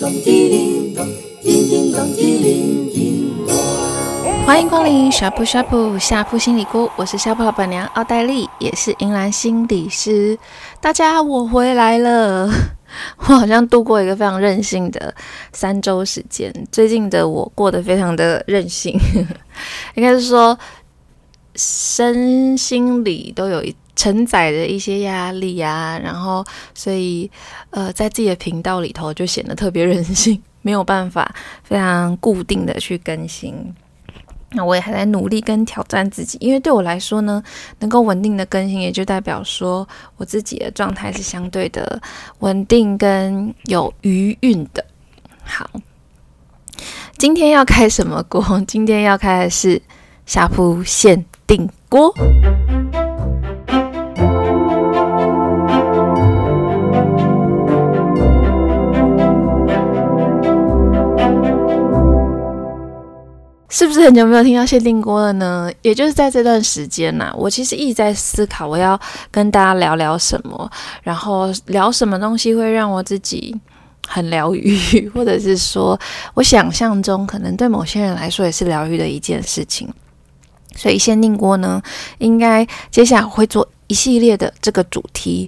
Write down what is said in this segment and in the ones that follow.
咚叽铃咚，叮叮咚叽铃叮咚。 欢迎光临呷哺呷哺下铺心理锅，我是呷哺老板娘奥黛丽，也是银兰心理师。大家，我回来了。我好像度过一个非常任性的3周时间。最近的我过得非常的任性，应该是说身心里都有承载着一些压力啊，然后所以在自己的频道里头就显得特别任性，没有办法非常固定的去更新。那我也还在努力跟挑战自己，因为对我来说呢，能够稳定的更新，也就代表说我自己的状态是相对的稳定跟有余韵的。好，今天要开什么锅？今天要开的是呷哺限定锅。是不是很久没有听到限定锅了呢？也就是在这段时间我其实一直在思考我要跟大家聊聊什么，然后聊什么东西会让我自己很疗愈，或者是说我想象中可能对某些人来说也是疗愈的一件事情。所以限定锅呢，应该接下来我会做一系列的这个主题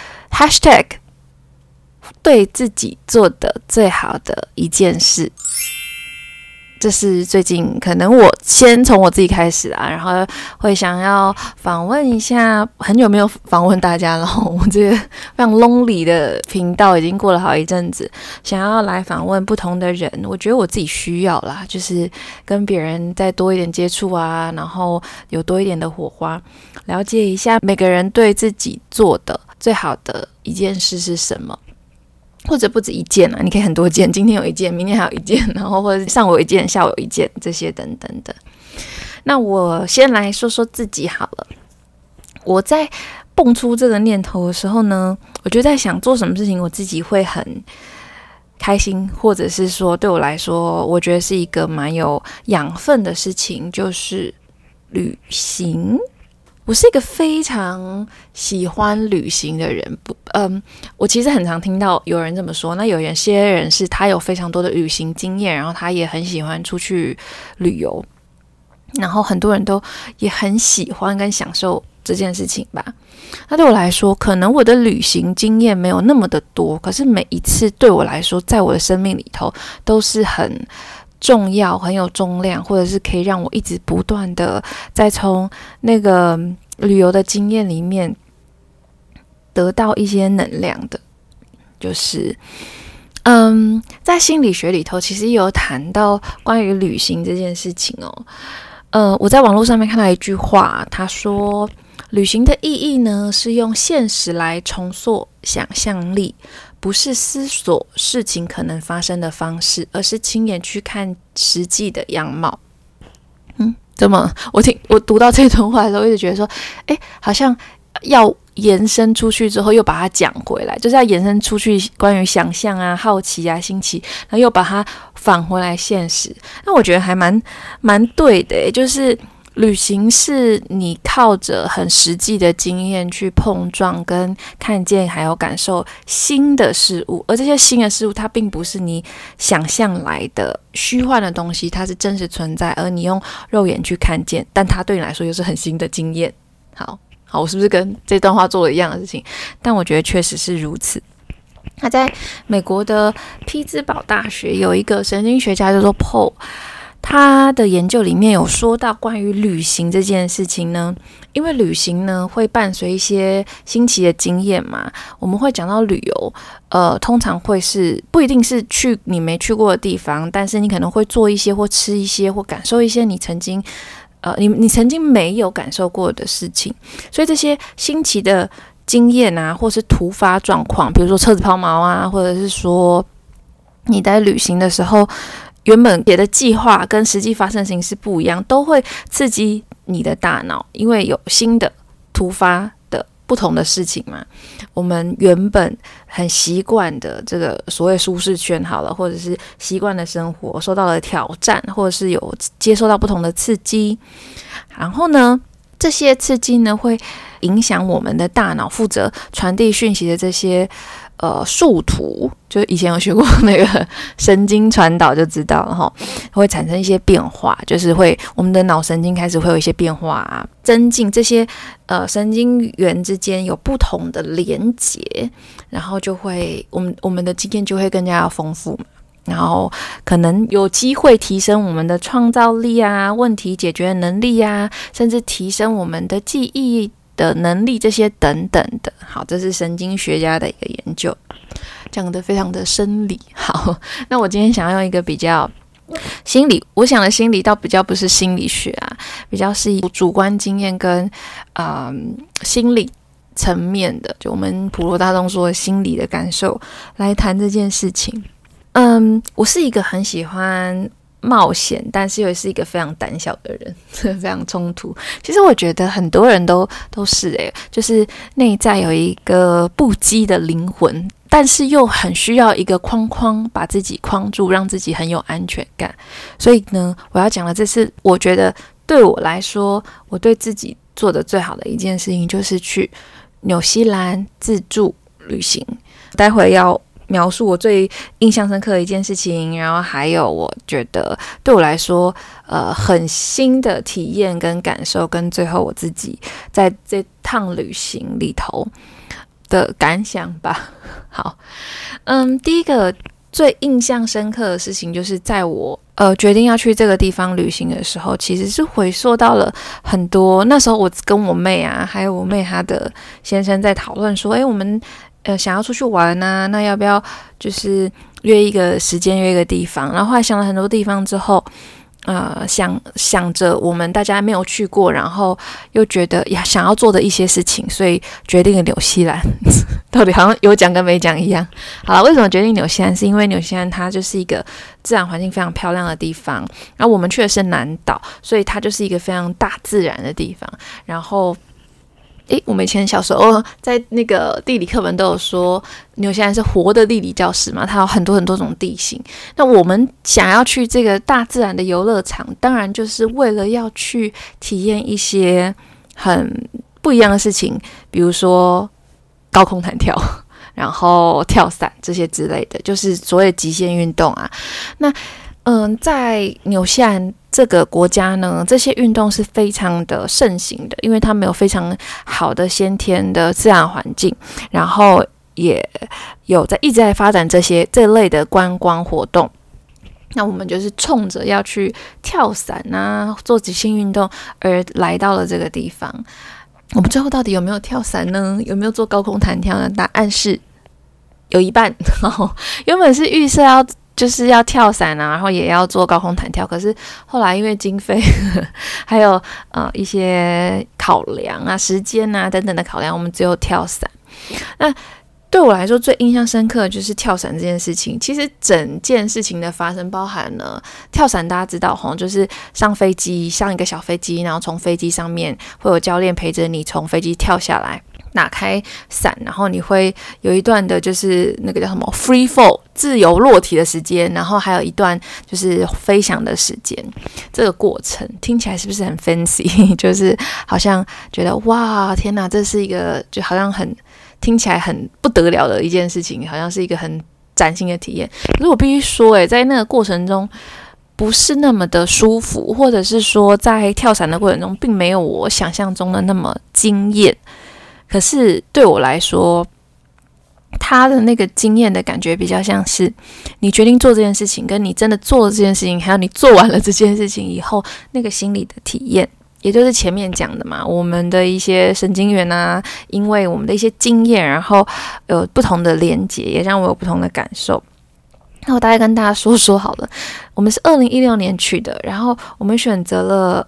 #对自己做的最好的一件事。这是最近可能我先从我自己开始然后会想要访问一下，很久没有访问大家了，我这个非常 lonely 的频道已经过了好一阵子，想要来访问不同的人，我觉得我自己需要啦，就是跟别人再多一点接触然后有多一点的火花，了解一下每个人对自己做的最好的一件事是什么。或者不止一件你可以很多件，今天有一件，明天还有一件，然后或者上午有一件，下午有一件，这些等等的。那我先来说说自己好了。我在蹦出这个念头的时候呢，我就在想做什么事情我自己会很开心，或者是说对我来说我觉得是一个蛮有养分的事情，就是旅行。我是一个非常喜欢旅行的人，我其实很常听到有人这么说。那有些人是他有非常多的旅行经验，然后他也很喜欢出去旅游，然后很多人都也很喜欢跟享受这件事情吧。那对我来说，可能我的旅行经验没有那么的多，可是每一次对我来说，在我的生命里头都是很重要、很有重量，或者是可以让我一直不断的再从那个旅游的经验里面得到一些能量的。就是在心理学里头其实有谈到关于旅行这件事情我在网络上面看到一句话，他说旅行的意义呢，是用现实来重塑想象力，不是思索事情可能发生的方式，而是亲眼去看实际的样貌。怎么？我读到这段话的时候，一直觉得说，好像要延伸出去之后，又把它讲回来，就是要延伸出去关于想象好奇新奇，然后又把它返回来现实。那我觉得还蛮对的就是旅行是你靠着很实际的经验去碰撞跟看见还有感受新的事物，而这些新的事物它并不是你想象来的虚幻的东西，它是真实存在，而你用肉眼去看见，但它对你来说又是很新的经验。好，我是不是跟这段话做了一样的事情？但我觉得确实是如此。那在美国的匹兹堡大学有一个神经学家叫做 Paul，他的研究里面有说到关于旅行这件事情呢，因为旅行呢会伴随一些新奇的经验嘛，我们会讲到旅游，通常会是不一定是去你没去过的地方，但是你可能会做一些或吃一些或感受一些你曾经你曾经没有感受过的事情，所以这些新奇的经验或是突发状况，比如说车子抛锚或者是说你在旅行的时候原本写的计划跟实际发生的事情是不一样，都会刺激你的大脑，因为有新的突发的不同的事情嘛。我们原本很习惯的这个所谓舒适圈好了，或者是习惯的生活受到了挑战，或者是有接受到不同的刺激，然后呢这些刺激呢会影响我们的大脑负责传递讯息的这些树突， 就以前有学过那个神经传导就知道了哈，会产生一些变化，就是我们的脑神经开始会有一些变化啊，增进这些神经元之间有不同的连结，然后就会我们的经验就会更加丰富嘛。然后可能有机会提升我们的创造力啊，问题解决能力啊，甚至提升我们的记忆的能力，这些等等的。好，这是神经学家的一个研究，讲得非常的生理。好，那我今天想要用一个比较心理，我想的心理倒比较不是心理学啊，比较是以主观经验跟心理层面的，就我们普罗大众说的心理的感受来谈这件事情。我是一个很喜欢冒险，但是又是一个非常胆小的人，非常冲突。其实我觉得很多人都是就是内在有一个不羁的灵魂，但是又很需要一个框框把自己框住，让自己很有安全感。所以呢，我要讲的这是我觉得对我来说，我对自己做的最好的一件事情，就是去纽西兰自助旅行。待会要描述我最印象深刻的一件事情，然后还有我觉得对我来说很新的体验跟感受，跟最后我自己在这趟旅行里头的感想吧。好，第一个最印象深刻的事情，就是在我决定要去这个地方旅行的时候，其实是回溯到了很多。那时候我跟我妹啊，还有我妹她的先生在讨论说，我们想要出去玩啊，那要不要就是约一个时间，约一个地方？然后后来想了很多地方之后，想着我们大家没有去过，然后又觉得想要做的一些事情，所以决定了纽西兰。到底好像有讲跟没讲一样。好了，为什么决定纽西兰？是因为纽西兰它就是一个自然环境非常漂亮的地方，然后我们去的是南岛，所以它就是一个非常大自然的地方。然后我们以前小时候在那个地理课本都有说，纽西兰是活的地理教室嘛，它有很多很多种地形。那我们想要去这个大自然的游乐场，当然就是为了要去体验一些很不一样的事情，比如说高空弹跳，然后跳伞这些之类的，就是所谓的极限运动啊。那在纽西兰这个国家呢，这些运动是非常的盛行的，因为他们有非常好的先天的自然环境，然后也有一直在发展这类的观光活动。那我们就是冲着要去跳伞啊，做极限运动而来到了这个地方。我们最后到底有没有跳伞呢？有没有做高空弹跳呢？答案是有一半。原本是预设就是要跳伞啊，然后也要做高空弹跳，可是后来因为经费还有一些考量啊、时间啊等等的考量，我们只有跳伞。那对我来说最印象深刻的就是跳伞这件事情。其实整件事情的发生包含了跳伞，大家知道就是上飞机，上一个小飞机，然后从飞机上面会有教练陪着你从飞机跳下来，打开伞，然后你会有一段的就是那个叫什么 free fall 自由落体的时间，然后还有一段就是飞翔的时间。这个过程听起来是不是很 fancy？ 就是好像觉得哇天哪，这是一个就好像很听起来很不得了的一件事情，好像是一个很崭新的体验。可是我必须说在那个过程中不是那么的舒服，或者是说在跳伞的过程中并没有我想象中的那么惊艳。可是对我来说，他的那个经验的感觉比较像是你决定做这件事情，跟你真的做了这件事情，还有你做完了这件事情以后那个心理的体验，也就是前面讲的嘛，我们的一些神经元啊，因为我们的一些经验，然后有不同的连结，也让我有不同的感受。那我大概跟大家说好了，我们是2016年去的，然后我们选择了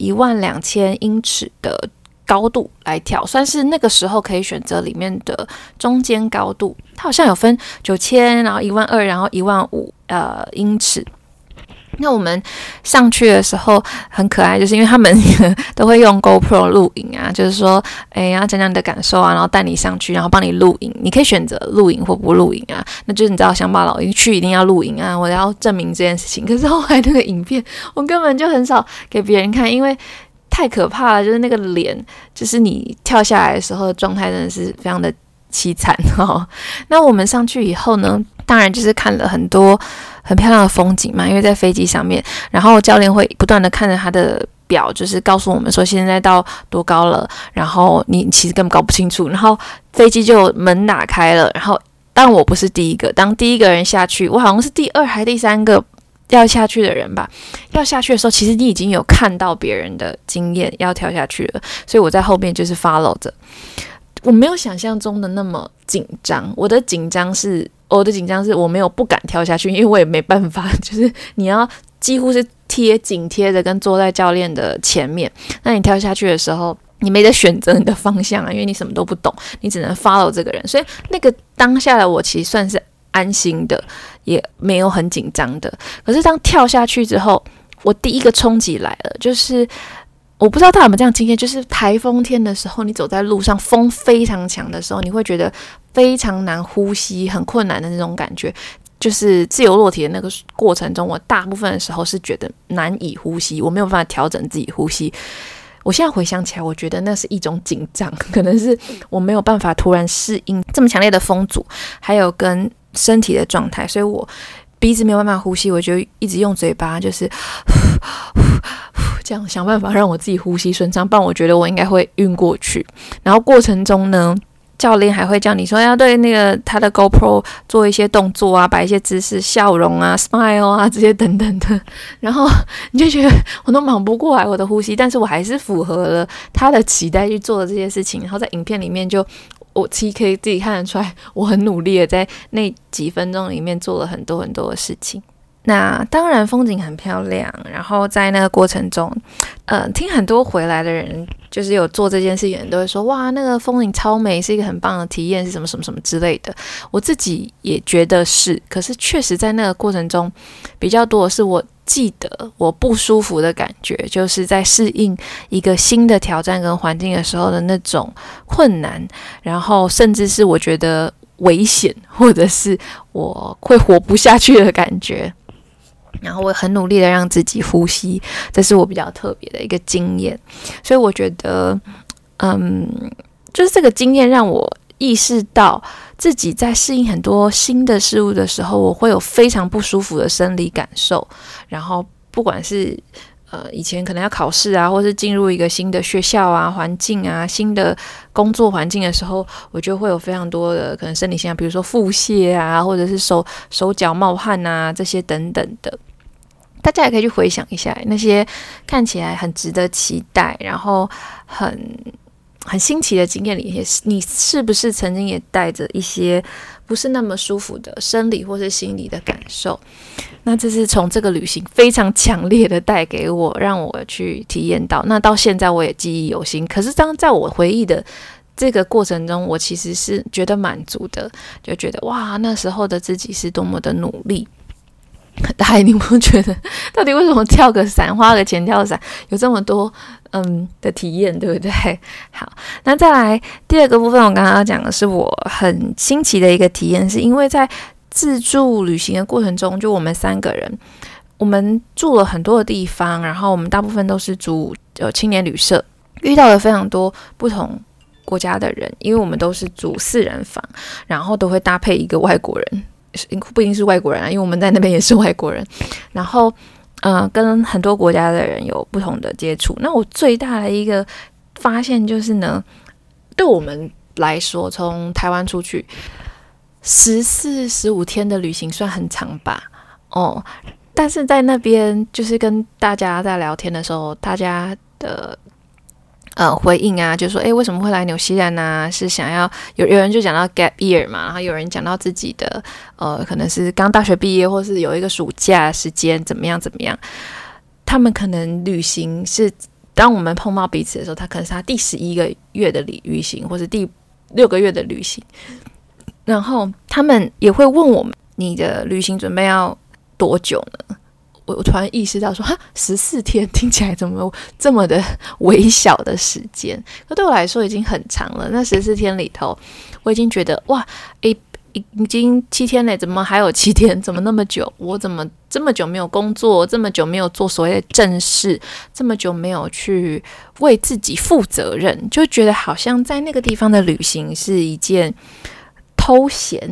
12000英尺的高度来跳，算是那个时候可以选择里面的中间高度。它好像有分9000，然后12000，然后15000英尺。那我们上去的时候很可爱，就是因为他们都会用 GoPro 录影啊，就是说要讲讲你的感受啊，然后带你上去，然后帮你录影。你可以选择录影或不录影啊，那就是你知道乡巴佬一去一定要录影啊，我要证明这件事情。可是后来那个影片我根本就很少给别人看，因为太可怕了，就是那个脸，就是你跳下来的时候的状态真的是非常的凄惨。那我们上去以后呢， 当然就是看了很多很漂亮的风景嘛，因为在飞机上面，然后教练会不断的看着他的表，就是告诉我们说现在到多高了，然后你其实根本搞不清楚，然后飞机就门打开了，然后当我不是第一个，当第一个人下去，我好像是第二还第三个要下去的人吧。要下去的时候，其实你已经有看到别人的经验要跳下去了，所以我在后面就是 follow 着。我没有想象中的那么紧张，我的紧张是我没有不敢跳下去，因为我也没办法，就是你要几乎是紧贴着跟坐在教练的前面，那你跳下去的时候，你没得选择你的方向啊，因为你什么都不懂，你只能 follow 这个人，所以那个当下的我其实算是安心的，也没有很紧张的。可是当跳下去之后，我第一个冲击来了，就是我不知道大家有没有这样经验，就是台风天的时候，你走在路上，风非常强的时候，你会觉得非常难呼吸，很困难的那种感觉。就是自由落体的那个过程中，我大部分的时候是觉得难以呼吸，我没有办法调整自己呼吸。我现在回想起来，我觉得那是一种紧张，可能是我没有办法突然适应这么强烈的风阻，还有跟身体的状态，所以我鼻子没有办法呼吸，我就一直用嘴巴，就是这样想办法让我自己呼吸顺畅，不然我觉得我应该会晕过去。然后过程中呢，教练还会叫你说要对那个他的 GoPro 做一些动作啊，摆一些姿势、笑容啊、smile 啊这些等等的，然后你就觉得我都忙不过来我的呼吸，但是我还是符合了他的期待去做的这些事情。然后在影片里面我其实可以自己看得出来，我很努力的在那几分钟里面做了很多很多的事情。那当然风景很漂亮，然后在那个过程中听很多回来的人就是有做这件事情的人都会说，哇，那个风景超美，是一个很棒的体验，是什么什么什么之类的。我自己也觉得是，可是确实在那个过程中比较多的是我记得我不舒服的感觉，就是在适应一个新的挑战跟环境的时候的那种困难，然后甚至是我觉得危险，或者是我会活不下去的感觉。然后我很努力的让自己呼吸，这是我比较特别的一个经验。所以我觉得就是这个经验让我意识到自己在适应很多新的事物的时候，我会有非常不舒服的生理感受。然后不管是以前可能要考试啊，或是进入一个新的学校啊、环境啊、新的工作环境的时候，我就会有非常多的可能生理现象，比如说腹泻啊，或者是手脚冒汗啊，这些等等的。大家也可以去回想一下那些看起来很值得期待，然后很新奇的经验里，你是不是曾经也带着一些不是那么舒服的生理或是心理的感受？那这是从这个旅行非常强烈的带给我，让我去体验到。那到现在我也记忆犹新。可是当在我回忆的这个过程中，我其实是觉得满足的，就觉得哇，那时候的自己是多么的努力。大家你不觉得到底为什么跳个伞花个钱跳伞有这么多的体验，对不对？好，那再来第二个部分，我刚刚要讲的是我很新奇的一个体验，是因为在自助旅行的过程中，就我们3个人，我们住了很多的地方，然后我们大部分都是住青年旅社，遇到了非常多不同国家的人，因为我们都是住4人房，然后都会搭配一个外国人，不一定是外国人啊，因为我们在那边也是外国人，然后跟很多国家的人有不同的接触。那我最大的一个发现就是呢，对我们来说，从台湾出去14、15天的旅行算很长吧，但是在那边就是跟大家在聊天的时候，大家的回应啊，就说为什么会来纽西兰啊？是想要有人就讲到 gap year 嘛，然后有人讲到自己的可能是刚大学毕业，或是有一个暑假时间怎么样。他们可能旅行是当我们碰到彼此的时候，他可能是他第11个月的旅行，或是第6个月的旅行。然后他们也会问我们，你的旅行准备要多久呢？我突然意识到说14天听起来怎么这么的微小的时间，可对我来说已经很长了。那14天里头，我已经觉得哇，已经7天了，怎么还有7天？怎么那么久？我怎么这么久没有工作，这么久没有做所谓的正事，这么久没有去为自己负责任，就觉得好像在那个地方的旅行是一件偷闲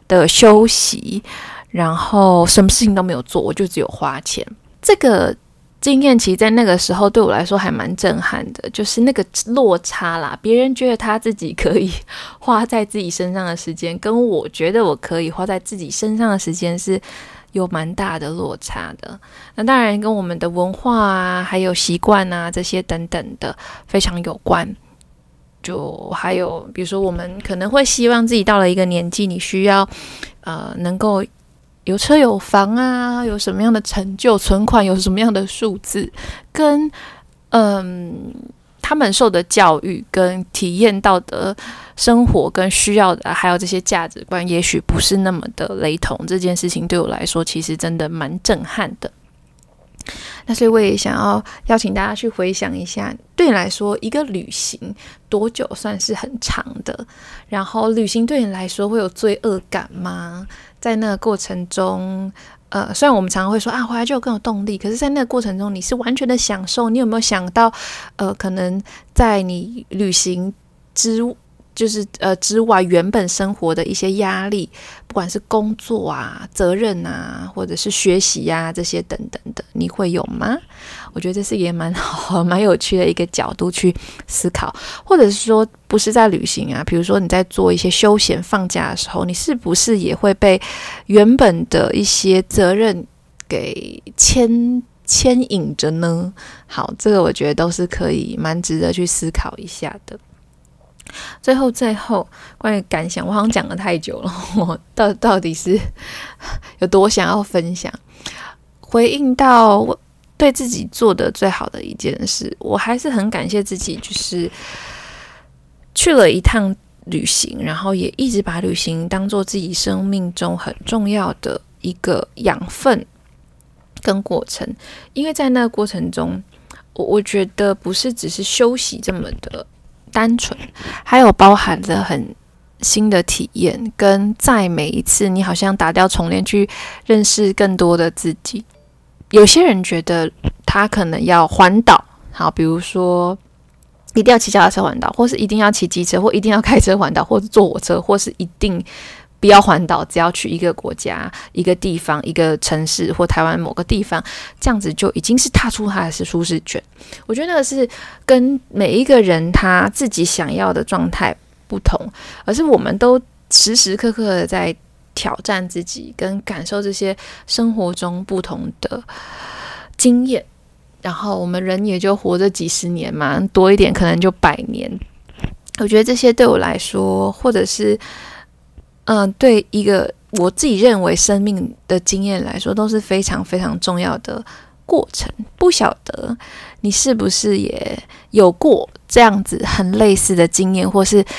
的休息，然后什么事情都没有做，我就只有花钱。这个经验其实在那个时候对我来说还蛮震撼的，就是那个落差啦，别人觉得他自己可以花在自己身上的时间，跟我觉得我可以花在自己身上的时间是有蛮大的落差的。那当然跟我们的文化啊，还有习惯啊这些等等的非常有关。就还有比如说我们可能会希望自己到了一个年纪，你需要能够有车有房啊，有什么样的成就，存款有什么样的数字，跟他们受的教育跟体验到的生活跟需要的还有这些价值观也许不是那么的雷同，这件事情对我来说其实真的蛮震撼的。那所以我也想要邀请大家去回想一下，对你来说一个旅行多久算是很长的，然后旅行对你来说会有罪恶感吗？在那个过程中虽然我们常常会说回来就有更有动力，可是在那个过程中你是完全的享受，你有没有想到可能在你旅行之外原本生活的一些压力，不管是工作啊、责任啊，或者是学习啊这些等等的，你会有吗？我觉得这是也蛮好、蛮有趣的一个角度去思考，或者是说不是在旅行啊，比如说你在做一些休闲放假的时候，你是不是也会被原本的一些责任给牵引着呢？好，这个我觉得都是可以蛮值得去思考一下的。最后关于感想，我好像讲了太久了，我到底是有多想要分享。回应到我对自己做的最好的一件事，我还是很感谢自己，就是去了一趟旅行，然后也一直把旅行当作自己生命中很重要的一个养分跟过程。因为在那个过程中，我觉得不是只是休息这么的单纯，还有包含着很新的体验，跟在每一次你好像打掉重练去认识更多的自己。有些人觉得他可能要环岛，好，比如说一定要骑脚踏车环岛，或是一定要骑机车，或一定要开车环岛，或是坐火车，或是一定不要环岛，只要去一个国家、一个地方、一个城市或台湾某个地方，这样子就已经是踏出他的舒适圈。我觉得那个是跟每一个人他自己想要的状态不同，而是我们都时时刻刻的在挑战自己，跟感受这些生活中不同的经验。然后我们人也就活着几十年嘛，多一点可能就100年。我觉得这些对我来说，或者是对一个我自己认为生命的经验来说，都是非常非常重要的过程。不晓得你是不是也有过这样子很类似的经验，或是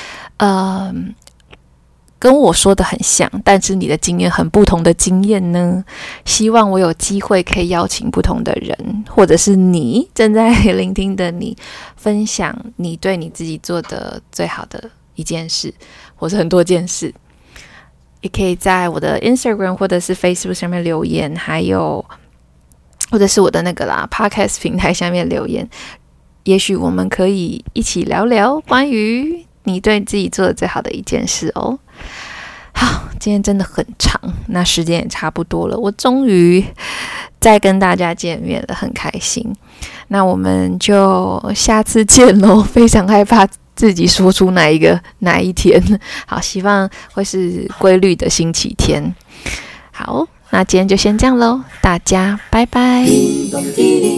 跟我说的很像，但是你的经验很不同的经验呢？希望我有机会可以邀请不同的人，或者是你正在聆听的你，分享你对你自己做的最好的一件事，或是很多件事。也可以在我的 Instagram 或者是 Facebook 上面留言，还有或者是我的Podcast 平台下面留言，也许我们可以一起聊聊关于你对自己做的最好的一件事哦。好，今天真的很长，那时间也差不多了，我终于再跟大家见面了，很开心。那我们就下次见咯，非常害怕自己说出哪一天。好，希望会是规律的星期天。好，那今天就先这样咯，大家拜拜。